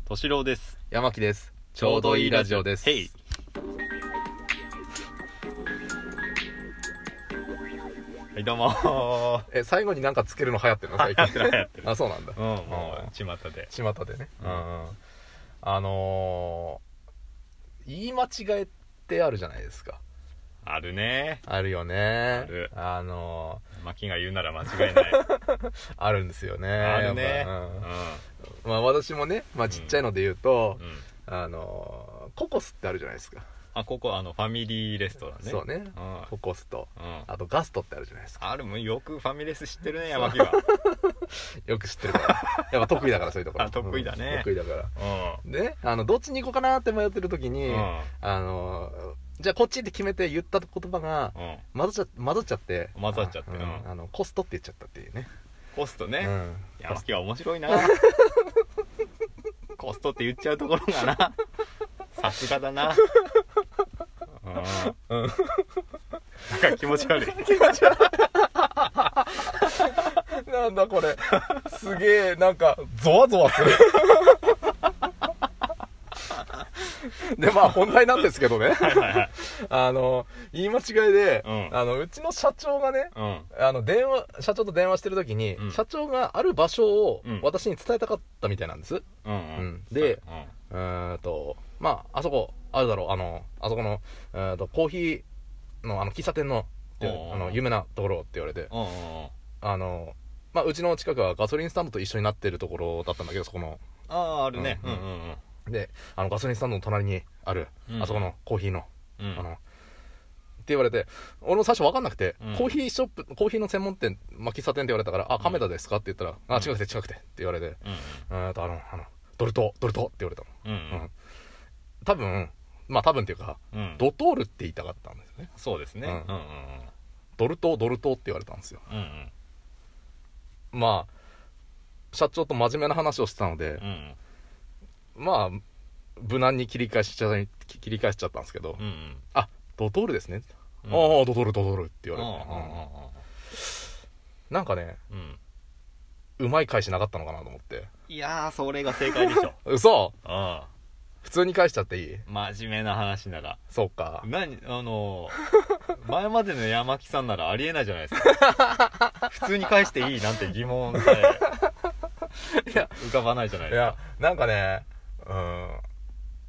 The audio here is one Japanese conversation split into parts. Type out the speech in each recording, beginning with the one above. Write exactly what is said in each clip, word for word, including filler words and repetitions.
敏郎です。 山木です。 ちょうどいいラジオです。 へい。 はいどうもえ最後になんかつけるの流行ってるの最近。 流行ってる流行ってる。 あ、そうなんだ。 うん、もう巷で巷でね、 うんうん、あのー、言い間違えってあるじゃないですか。 あるね。 あるよね。 ある。 あのー、マキが言うなら間違いない。 あるんですよね。 あるね。 うん、 うん、 まあ私もね、まあちっちゃいので言うと、 うんうん、 あのー、ココスってあるじゃないですか。 あ、ここあのファミリーレストランね。 そうね、 うん、 ココスと、 うん、 あとガストってあるじゃないですか。 あるもん。よくファミレス知ってるね、山木は。 よく知ってるからやっぱ得意だから、そういうところ。 あ、得意だね、 うん、得意だから。 うん、 で、あのどっちに行こうかなって迷ってる時に、うん、あのじゃあこっちって決めて言った言葉が、うん、混ざっちゃ混ざっちゃって混ざっちゃって、 あ、うん、あのコストって言っちゃったっていうね。 コストね、うん、山木は面白いな。コストって言っちゃうところがな、さすがだな。うん、なんか気持ち悪い。気持ち悪い。なんだこれ、すげえなんかゾワゾワする。でまあ本題なんですけどね。はいはい、はい、あの言い間違いで、うん、あのうちの社長がね、うん、あの電話社長と電話してる時に、うん、社長がある場所を私に伝えたかったみたいなんです。うんうんうん、で、うん、えーとまああそこあるだろう、あのあそこの、えーとコーヒーのあの喫茶店のあの有名なところって言われて、あのまあうちの近くはガソリンスタンドと一緒になってるところだったんだけど、そこのあああるね、うんうんうんうん、 であのガソリンスタンドの隣にある、うん、あそこのコーヒーの、うん、あのって言われて、俺も最初分かんなくて、うん、コーヒーショップコーヒーの専門店、まあ、喫茶店って言われたから、あ、亀田ですかって言ったら、うん、あ、違くて違くてって言われて、うん、えーとあのあのドルトドルトって言われたの、うんうんうん、多分まあ多分っていうか、うん、ドトールって言いたかったんですね。 そうですね、うんうんうん、 ドルトドルトって言われたんですよ、うんうん、まあ社長と真面目な話をしてたので、うん、まあ無難に切り返しちゃ切り返しちゃったんですけど、うんうん、あ、ドトールですね、うん、ああドトールドトールって言われて、うんうん、なんかね、うん、うまい返しなかったのかなと思って。 いやーそれが正解でしょ。 嘘。 ああ、 普通に返しちゃっていい？ 真面目な話なら。 そうか。 何あの前までの山木さんならありえないじゃないですか。普通に返していいなんて疑問さえいや浮かばないじゃないですか。いやなんかね、うん、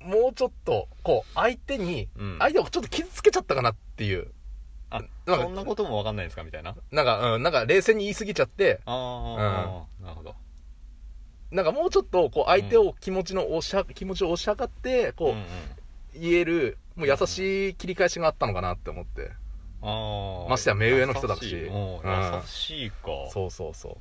もうちょっとこう相手に、うん、相手をちょっと傷つけちゃったかなっていう。 あ、そんなことも分かんないんですかみたいな。 なんか、うん、なんか冷静に言い過ぎちゃって。 ああ、うん、なるほど。 なんかもうちょっとこう相手を気持ちの押し、うん、気持ちを押し量ってこう、うんうん、言えるもう優しい切り返しがあったのかなって思って。あ、ましてや目上の人だし。優しい、 うん、優しいか。 そうそうそう。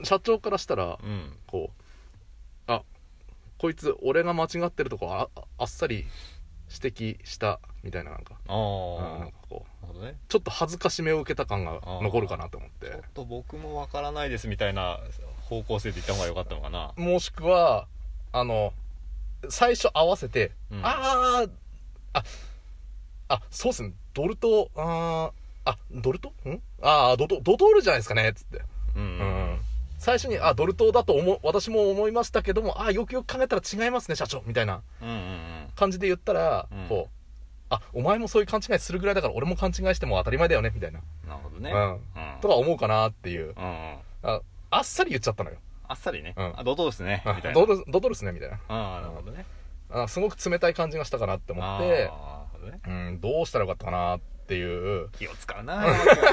社長からしたら、うん、こう、あ、こいつ俺が間違ってるとこ あ, あっさり指摘したみたいな、なんか、あ、うん、なんかこう、なるほどね、ちょっと恥ずかしめを受けた感が残るかなと思って。ちょっと僕もわからないですみたいな方向性で言った方が良かったのかな。 もしくはあの最初合わせて、うん、あああそうっすね、ドルト、ああドルトんああドトドトールじゃないですかねっつって、うんうんうん、最初にあドルトだと思私も思いましたけども、あよくよく考えたら違いますね社長みたいな感じで言ったら、うんうんうん、こう、あお前もそういう勘違いするぐらいだから俺も勘違いしても当たり前だよねみたいな。 なるほどね、 うんうん、とか思うかなっていう、うんうん、ああっさり言っちゃったのよ。 あっさりね、うん、あドトールですねみたいな、 ドトールですねみたいな。 ああなるほどね、 あすごく冷たい感じがしたかなって思って、あ、ね、うん、どうしたらよかったかなっていう。 気を使うなや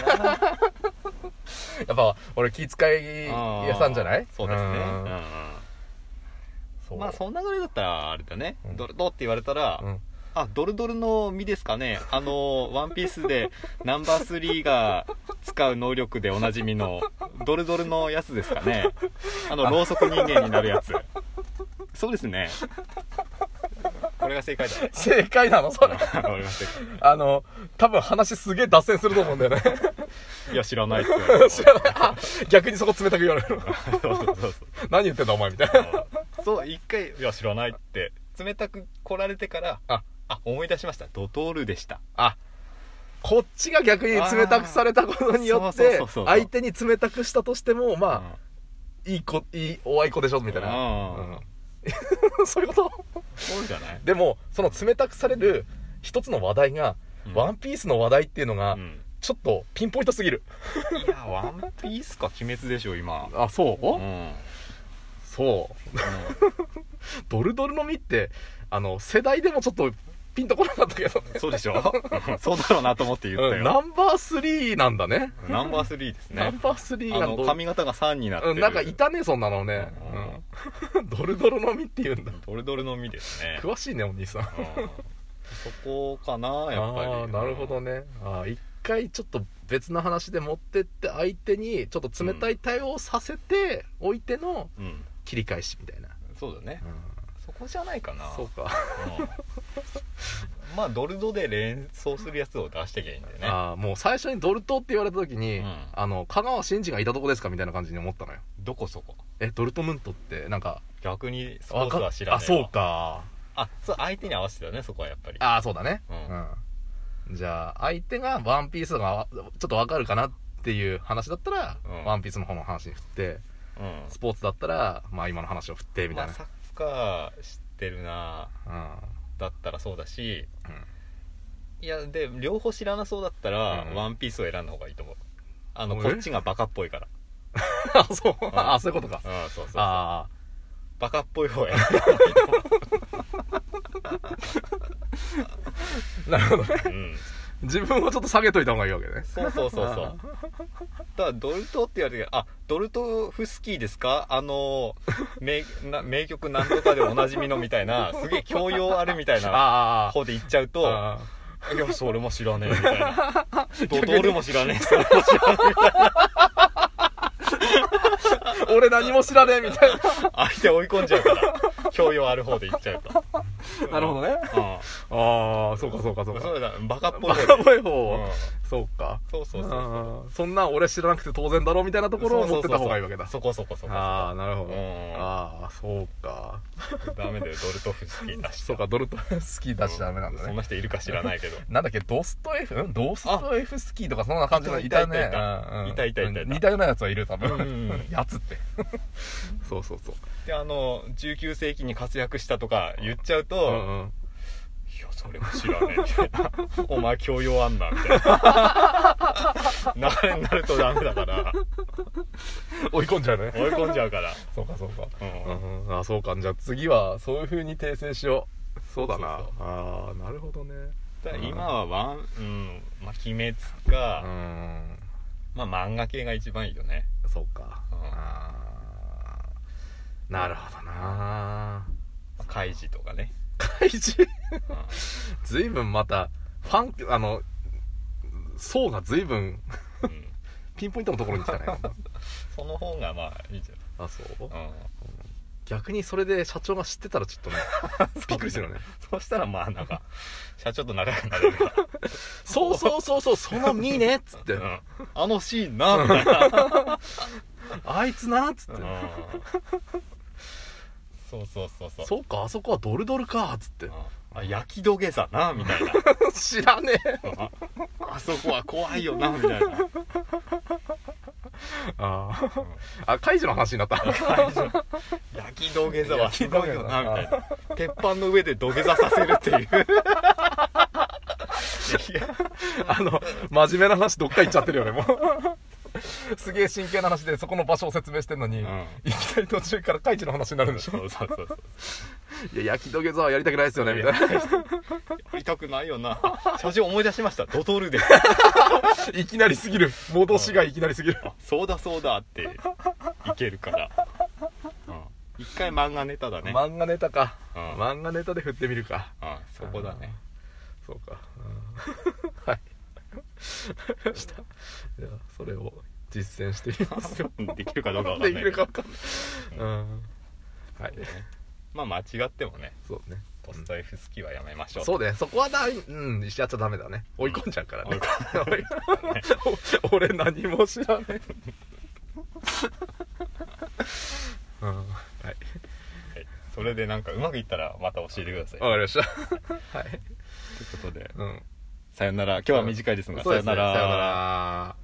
っぱ俺気遣い屋さんじゃない？ そうですね、うんうん、そうまあそんなぐらいだったらあれだね、うん、ドルドって言われたら、うん、あドルドルの実ですかね、あのワンピースでナンバースリーが使う能力でおなじみのドルドルのやつですかね、あのろうそく人間になるやつ。そうですね、これが正解だ。 正解なのそれ。あの多分話すげえ脱線すると思うんだよね。 いや知らないって言われる。 知らない。あ逆にそこ冷たく言われる。そうそうそうそう何言ってんだお前みたいな。 そう一回いや知らないって冷たく来られてから、ああ思い出しました、ドトールでした。 あこっちが逆に冷たくされたことによって相手に冷たくしたとしてもまあ、うん、いい子いいおあいこでしょみたいな、うんそういうことそうじゃない？ でもその冷たくされる一つの話題が、うん、ワンピースの話題っていうのが、うん、ちょっとピンポイントすぎる。 いやワンピースか鬼滅でしょ今。 あ、そう、うん、そう、うん、ドルドルの実ってあの世代でもちょっとピンとこなかったけどね。 そうでしょそうだろうなと思って言ったよ、うん、 ナンバースリーなんだね。 ナンバースリーですね。 ナンバースリーがあの髪型がさんになってる、 うん、なんかいたねそんなのね、うんうん、ドルドルの実って言うんだ。 ドルドルの実ですね。 詳しいねお兄さん、うん、 そこかなやっぱり。 ああなるほどね。あ一回ちょっと別の話で持ってって相手にちょっと冷たい対応をさせておいての切り返しみたいな、 うん、そうだね、うん、そこじゃないかな。 そうか、 うん、まあドルドで連想するやつを出してきゃいいんだよね。 ああもう最初にドルトって言われた時に、うん、あの香川真司がいたとこですかみたいな感じに思ったのよ。 どこそこ？ えドルトムントってなんか逆にスポーツは知らないわ。 あそうか。 あそう相手に合わせてたよねそこはやっぱり。 ああそうだね、うんうん、じゃあ相手がワンピースがちょっとわかるかなっていう話だったら、うん、ワンピースの方の話に振って、うん、スポーツだったらまあ今の話を振ってみたいな、まあ、 サッカー知ってるな、うん、だったらそうだし、うん、いやで両方知らなそうだったら、うん、ワンピースを選んだ方がいいと思う。あのこっちがバカっぽいからあそう、うん、あそういうことか。 うんそうそうそう。 あバカっぽい方を選んだ方がいいと思うなるほどね、うん、自分をちょっと下げといた方がいいわけね。 そうそうそうそうだからドルトって言われてあドルトフスキーですかあの 名, な名曲なんとかでおなじみのみたいなすげえ教養あるみたいな方で言っちゃうといやそれも知らねえみたいなどどれも知らねえそれも知らねえみたいな俺何も知らねえみたいな相手追い込んじゃうから教養ある方で言っちゃうとなるほどね、うん、ああそうかそうかそうか。 そうだバカっぽい方バカっぽい方、うん、そうかそうそうそうそうそんな俺知らなくて当然だろうみたいなところを持ってた方がいいわけだ。 そこそこそこああなるほど、うん、ああそうかダメだよドルトフスキー出しそうかドルトフスキー出しダメなんだね、 うん、そんな人いるか知らないけどなんだっけドストエフんドストエフスキーとかそんな感じのいたね。 いたいたいた似たようなやつはいる多分、うん、やつってそうそうそうであのじゅうきゅう世紀に活躍したとか言っちゃうと、うんうん、いやそれも知らねえみたいなお前教養あんなみたいな流れになるとダメだから追い込んじゃうね追い込んじゃうからそうかそうか、うんうん、あそうかじゃあ次はそういう風に訂正しよう。そうだな。そうそうああなるほどね。 だ今はワン、うんまあ、鬼滅か、うん、まあ漫画系が一番いいよね。 そうか、うん、あなるほどな。 カイジとかね。 カイジずいぶんまたファンあの層がずいぶんピンポイントのところに来たねその方がまあいいじゃん。 あそう、うん、逆にそれで社長が知ってたらちょっとねびっくりするよねそうしたらまあなんか社長と仲良くなれるからそうそうそうそうそのミねっつって、うん、 あのシーンなみたいなあいつなっつって、うんそうそうそうそうそうかあそこはドルドルかっつって、 あ焼き土下座なみたいな知らねえあ, あそこは怖いよなみたいなあ、うん、あカイジの話になった焼き土下座はひどいよなみたいな鉄板の上で土下座させるっていうあの真面目な話どっか行っちゃってるよねもうすげえ真剣な話でそこの場所を説明してんのに、うん、いきなり途中からカイジの話になるんでしょ。そうそうそうそういや焼き土下座はやりたくないですよねみたいなやりたくないよな写真思い出しましたドトールでいきなりすぎる戻しがいきなりすぎる、 うん、そうだそうだっていけるから、うん、一回漫画ネタだね。 漫画ネタか、うん、漫画ネタで振ってみるか、 うん、そこだね。 そうか、うん、はいしたじゃあそれを実践してみますよできるかどうかわかんないできるかわかんない、うん、はい、 ね、まあ間違ってもねそうねポスト F 好きはやめましょう。 そうねそこはだうんしちゃっちゃダメだね追い込んじゃうからね、うん、俺何も知らねえうんはい、はい、 それでなんかうまくいったらまた教えてください。 わかりましたはいということで、 うん、 さよなら。今日は短いですが、 うん、 さよなら。 さよなら。